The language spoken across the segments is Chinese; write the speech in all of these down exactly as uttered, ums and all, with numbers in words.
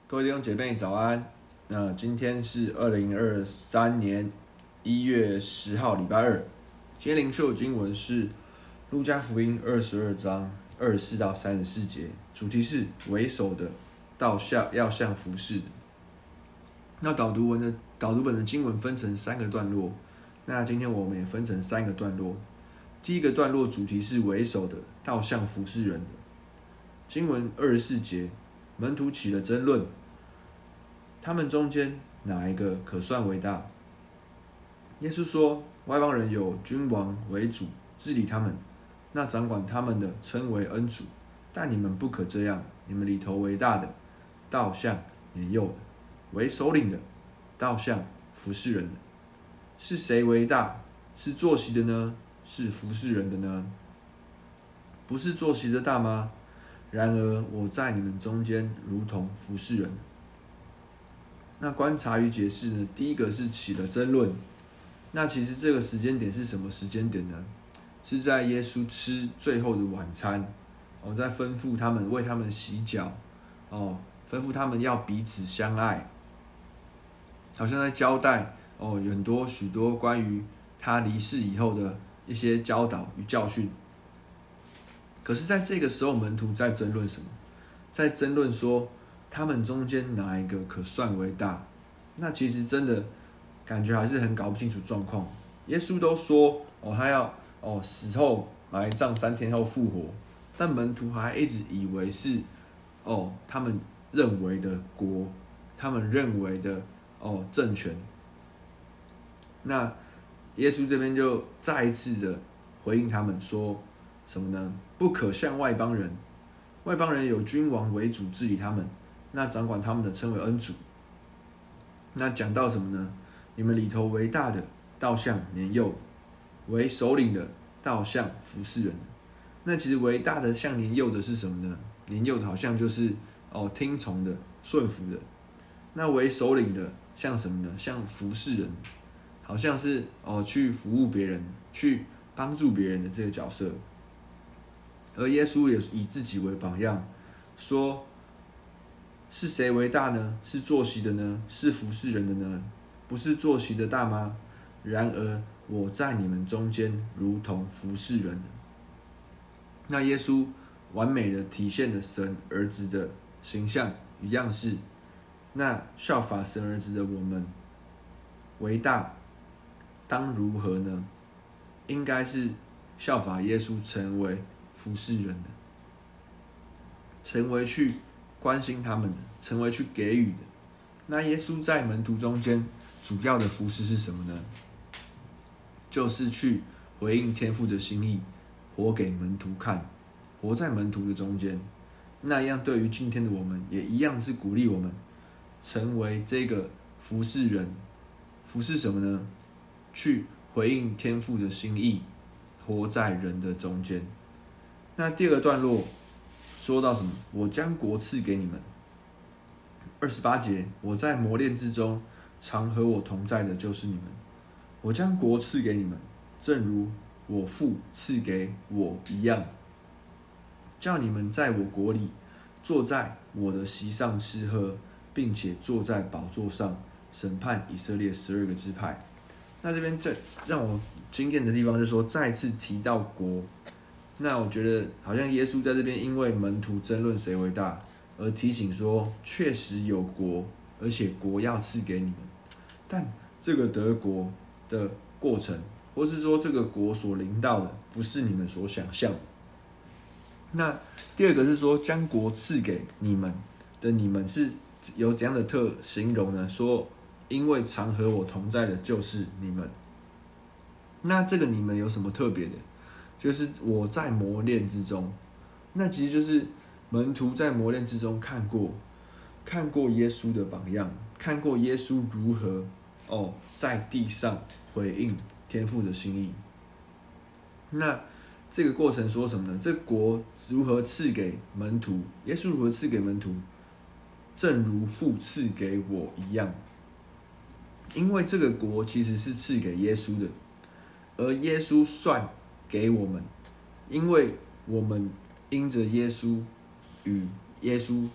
各位弟兄姐妹早安。那今天是二零二三年一月十号，礼拜二。今天灵修经文是路加福音二十二章二十四到三十四节，主题是为首的到下要像服侍的。那导读文的导读本的经文分成三个段落，那今天我们也分成三个段落。第一个段落主题是为首的到像服侍人的。经文二十四节，门徒起了争论，他们中间哪一个可算为大？耶稣说，外邦人有君王为主，治理他们，那掌管他们的称为恩主。但你们不可这样，你们里头为大的，倒像年幼的；为首领的，倒像服侍人的。是谁为大？是坐席的呢？是服侍人的呢？不是坐席的大吗？然而我在你们中间如同服侍人。那观察与解释呢？第一个是起了争论。那其实这个时间点是什么时间点呢？是在耶稣吃最后的晚餐，哦，在吩咐他们为他们洗脚，哦，吩咐他们要彼此相爱，好像在交代哦，有很多许多关于他离世以后的一些教导与教训。可是在这个时候，门徒在争论什么？在争论说他们中间哪一个可算为大？那其实真的感觉还是很搞不清楚状况。耶稣都说哦，他要哦死后埋葬，三天后复活，但门徒还一直以为是哦他们认为的国，他们认为的哦政权。那耶稣这边就再一次的回应他们说什么呢？不可像外邦人，外邦人有君王为主治理他们，那掌管他们的称为恩主。那讲到什么呢？你们里头为大的，倒像年幼的；为首领的，倒像服侍人的。那其实为大的像年幼的是什么呢？年幼的好像就是哦听从的、顺服的。那为首领的像什么呢？像服侍人，好像是哦去服务别人、去帮助别人的这个角色。而耶稣也以自己为榜样，说：是谁为大呢？是坐席的呢？是服侍人的呢？不是坐席的大吗？然而我在你们中间如同服侍人的。那耶稣完美的体现了神儿子的形象与样式。那效法神儿子的我们为大，当如何呢？应该是效法耶稣，成为服侍人的，成为去关心他们的，成为去给予的。那耶稣在门徒中间主要的服事是什么呢？就是去回应天父的心意，活给门徒看，活在门徒的中间。那样对于今天的我们，也一样是鼓励我们成为这个服事人。服事什么呢？去回应天父的心意，活在人的中间。那第二个段落说到什么？我将国赐给你们。二十八节，我在磨练之中，常和我同在的就是你们。我将国赐给你们，正如我父赐给我一样，叫你们在我国里，坐在我的席上吃喝，并且坐在宝座上审判以色列十二个支派。那这边最让我惊艳的地方就是说，再次提到国。那我觉得好像耶稣在这边因为门徒争论谁为大，而提醒说，确实有国，而且国要赐给你们。但这个得国的过程，或是说这个国所临到的，不是你们所想象的。那第二个是说，将国赐给你们的，你们是有怎样的特形容呢？说因为常和我同在的就是你们。那这个你们有什么特别的？就是我在磨练之中，那其实就是门徒在磨练之中看过，看过耶稣的榜样，看过耶稣如何哦在地上回应天父的心意。那这个过程说什么呢？这国如何赐给门徒？耶稣如何赐给门徒？正如父赐给我一样。因为这个国其实是赐给耶稣的，而耶稣算给我们，因为我们因着耶稣与耶稣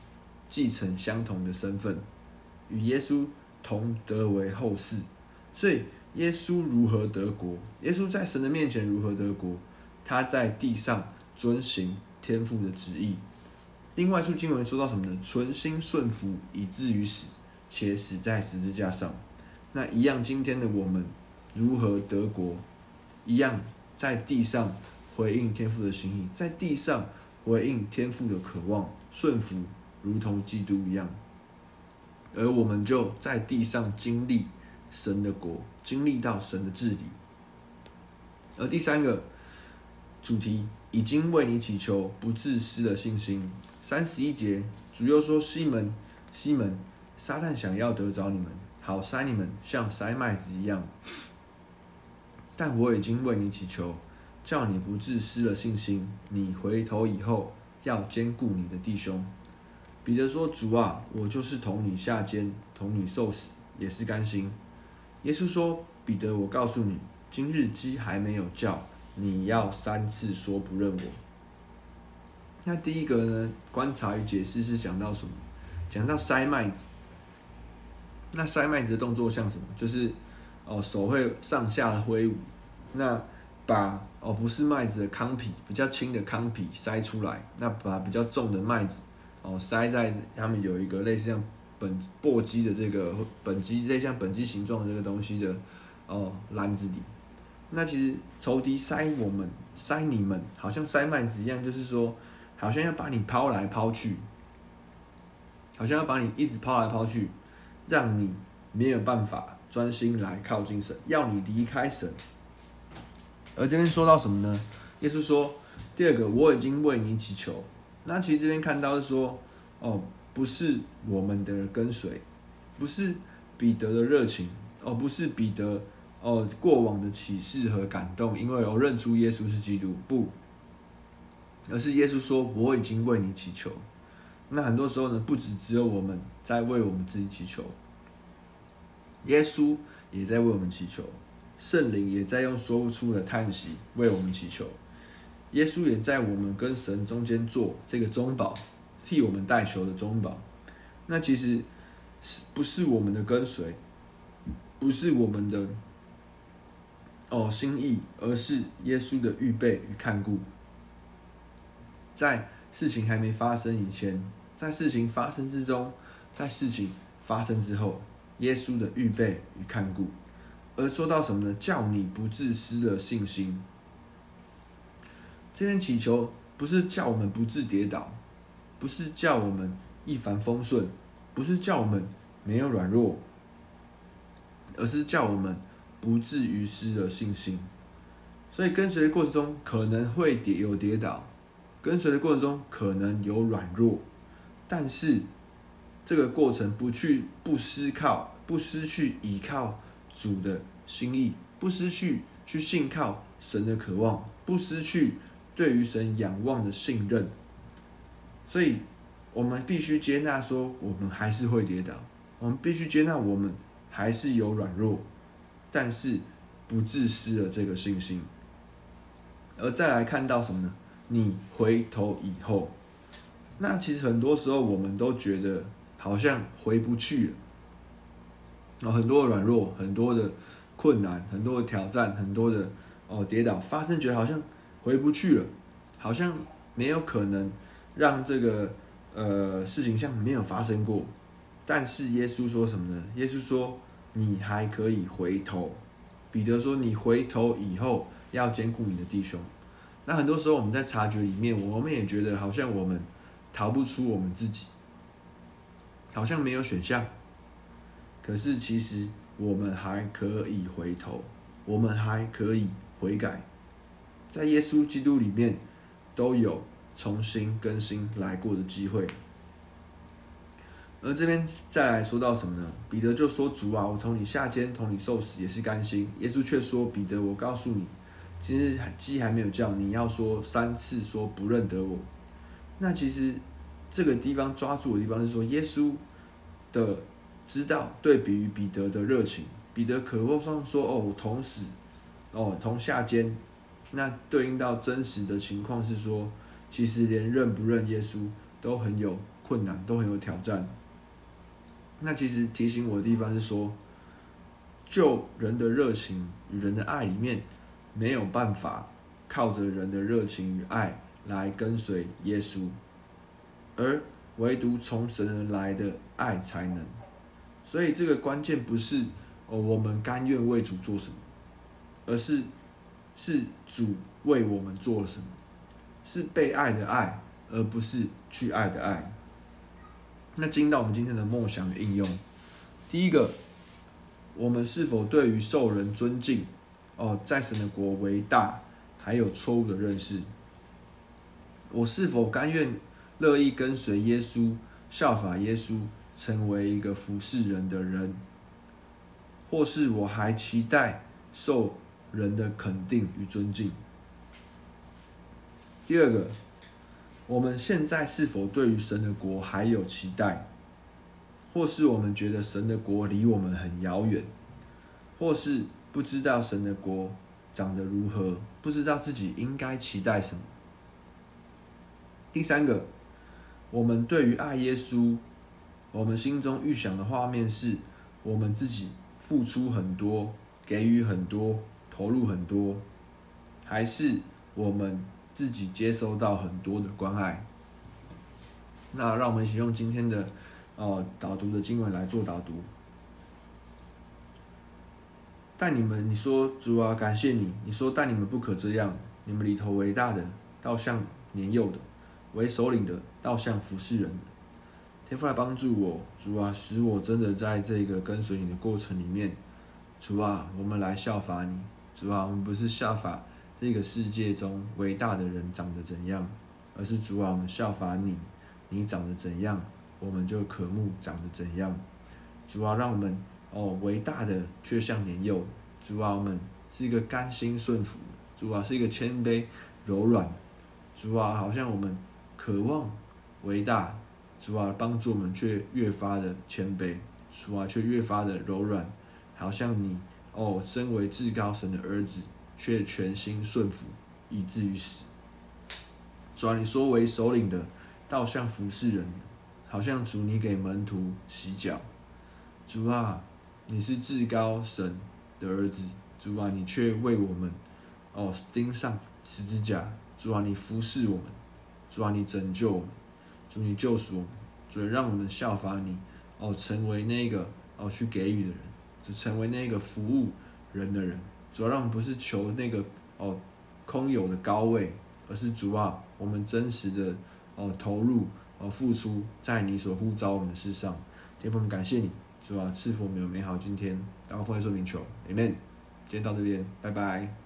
继承相同的身份，与耶稣同得为后嗣。所以耶稣如何得国？耶稣在神的面前如何得国？他在地上遵行天父的旨意。另外一处经文说到什么呢？存心顺服，以至于死，且死在十字架上。那一样，今天的我们如何得国？一样在地上回应天父的心意，在地上回应天父的渴望，顺服如同基督一样。而我们就在地上经历神的国，经历到神的治理。而第三个主题，已经为你祈求，不致失了信心。三十一节，主又说：西门，西门，撒旦想要得着你们，好筛你们，像筛麦子一样。但我已经为你祈求，叫你不致失了信心。你回头以后，要兼顾你的弟兄。彼得说：主啊，我就是同你下监，同你受死，也是甘心。耶稣说：彼得，我告诉你，今日鸡还没有叫，你要三次说不认我。那第一个呢，观察与解释是讲到什么？讲到筛麦子。那筛麦子的动作像什么？就是哦，手会上下的挥舞，那把哦不是麦子的糠皮，比较轻的糠皮筛出来，那把比较重的麦子哦塞在他们有一个类似像本簸箕的这个本箕类似像本箕形状的这个东西的哦篮子里。那其实仇敌塞我们塞你们，好像塞麦子一样，就是说好像要把你抛来抛去，好像要把你一直抛来抛去，让你没有办法专心来靠近神，要你离开神。而这边说到什么呢？耶稣说，第二个，我已经为你祈求。那其实这边看到是说，哦，不是我们的跟随，不是彼得的热情，哦，不是彼得哦过往的启示和感动，因为我认出耶稣是基督，不，而是耶稣说，我已经为你祈求。那很多时候呢，不只只有我们在为我们自己祈求，耶稣也在为我们祈求，圣灵也在用说不出的叹息为我们祈求。耶稣也在我们跟神中间做这个中保，替我们代求的中保。那其实不是我们的跟随，不是我们的哦心意，而是耶稣的预备与看顾。在事情还没发生以前，在事情发生之中，在事情发生之后，耶稣的预备与看顾。而说到什么呢？叫你不致失了信心。这边祈求不是叫我们不致跌倒，不是叫我们一帆风顺，不是叫我们没有软弱，而是叫我们不至于失了信心。所以跟随的过程中可能会跌有跌倒，跟随的过程中可能有软弱，但是这个过程不去不失靠，不失去依靠主的心意，不失去去信靠神的渴望，不失去对于神仰望的信任。所以我们必须接纳说我们还是会跌倒，我们必须接纳我们还是有软弱，但是不致失了这个信心。而再来看到什么呢？你回头以后，那其实很多时候我们都觉得好像回不去了，很多的软弱，很多的困难，很多的挑战，很多的哦跌倒发生，觉得好像回不去了，好像没有可能让这个呃事情像没有发生过。但是耶稣说什么呢？耶稣说你还可以回头。彼得说你回头以后要兼顾你的弟兄。那很多时候我们在察觉里面，我们也觉得好像我们逃不出我们自己，好像没有选项。可是其实我们还可以回头，我们还可以悔改，在耶稣基督里面都有重新更新来过的机会。而这边再来说到什么呢？彼得就说：主啊，我同你下监，同你受死，也是甘心。耶稣却说：彼得，我告诉你，今日鸡还没有叫，你要说三次说不认得我。那其实这个地方抓住的地方是说，耶稣的知道对比于彼得的热情，彼得渴望说：哦，我同死，哦，同下监。那对应到真实的情况是说，其实连认不认耶稣都很有困难，都很有挑战。那其实提醒我的地方是说，就人的热情与人的爱里面，没有办法靠着人的热情与爱来跟随耶稣，而唯独从神而来的爱才能。所以这个关键不是哦我们甘愿为主做什么，而是是主为我们做了什么，是被爱的爱，而不是去爱的爱。那进到我们今天的默想与应用，第一个，我们是否对于受人尊敬，哦，在神的国为大，还有错误的认识？我是否甘愿乐意跟随耶稣，效法耶稣，成为一个服侍人的人？或是我还期待受人的肯定与尊敬？第二个，我们现在是否对于神的国还有期待？或是我们觉得神的国离我们很遥远，或是不知道神的国长得如何，不知道自己应该期待什么？第三个，我们对于爱耶稣，我们心中预想的画面是我们自己付出很多，给予很多，投入很多，还是我们自己接收到很多的关爱？那让我们一起用今天的哦导读的经文来做导读。但你们，你说主啊，感谢你，你说但你们不可这样，你们里头为大的，倒像年幼的；为首领的，倒像服侍人的。天父来帮助我，主啊，使我真的在这个跟随你的过程里面，主啊，我们来效法你，主啊，我们不是效法这个世界中伟大的人长得怎样，而是主啊，我们效法你，你长得怎样，我们就渴慕长得怎样。主啊，让我们哦伟大的却像年幼，主啊，我们是一个甘心顺服，主啊，是一个谦卑柔软，主啊，好像我们渴望伟大，主啊，帮助我们却越发的谦卑，主啊，却越发的柔软，好像你哦，身为至高神的儿子，却全心顺服，以至于死。主啊，你说为首领的，倒像服侍人，好像主你给门徒洗脚。主啊，你是至高神的儿子，主啊，你却为我们哦钉上十字架。主啊，你服侍我们，主啊，你拯救我们，主你救赎我们，主让我们效法你哦，成为那个哦去给予的人，就成为那个服务人的人。主啊，让我们不是求那个哦空有的高位，而是主啊，我们真实的哦投入哦付出在你所呼召我们的事上。天父，我们感谢你，主啊，赐福我们有美好今天。祷告奉耶稣名求 ，Amen。今天到这边，拜拜。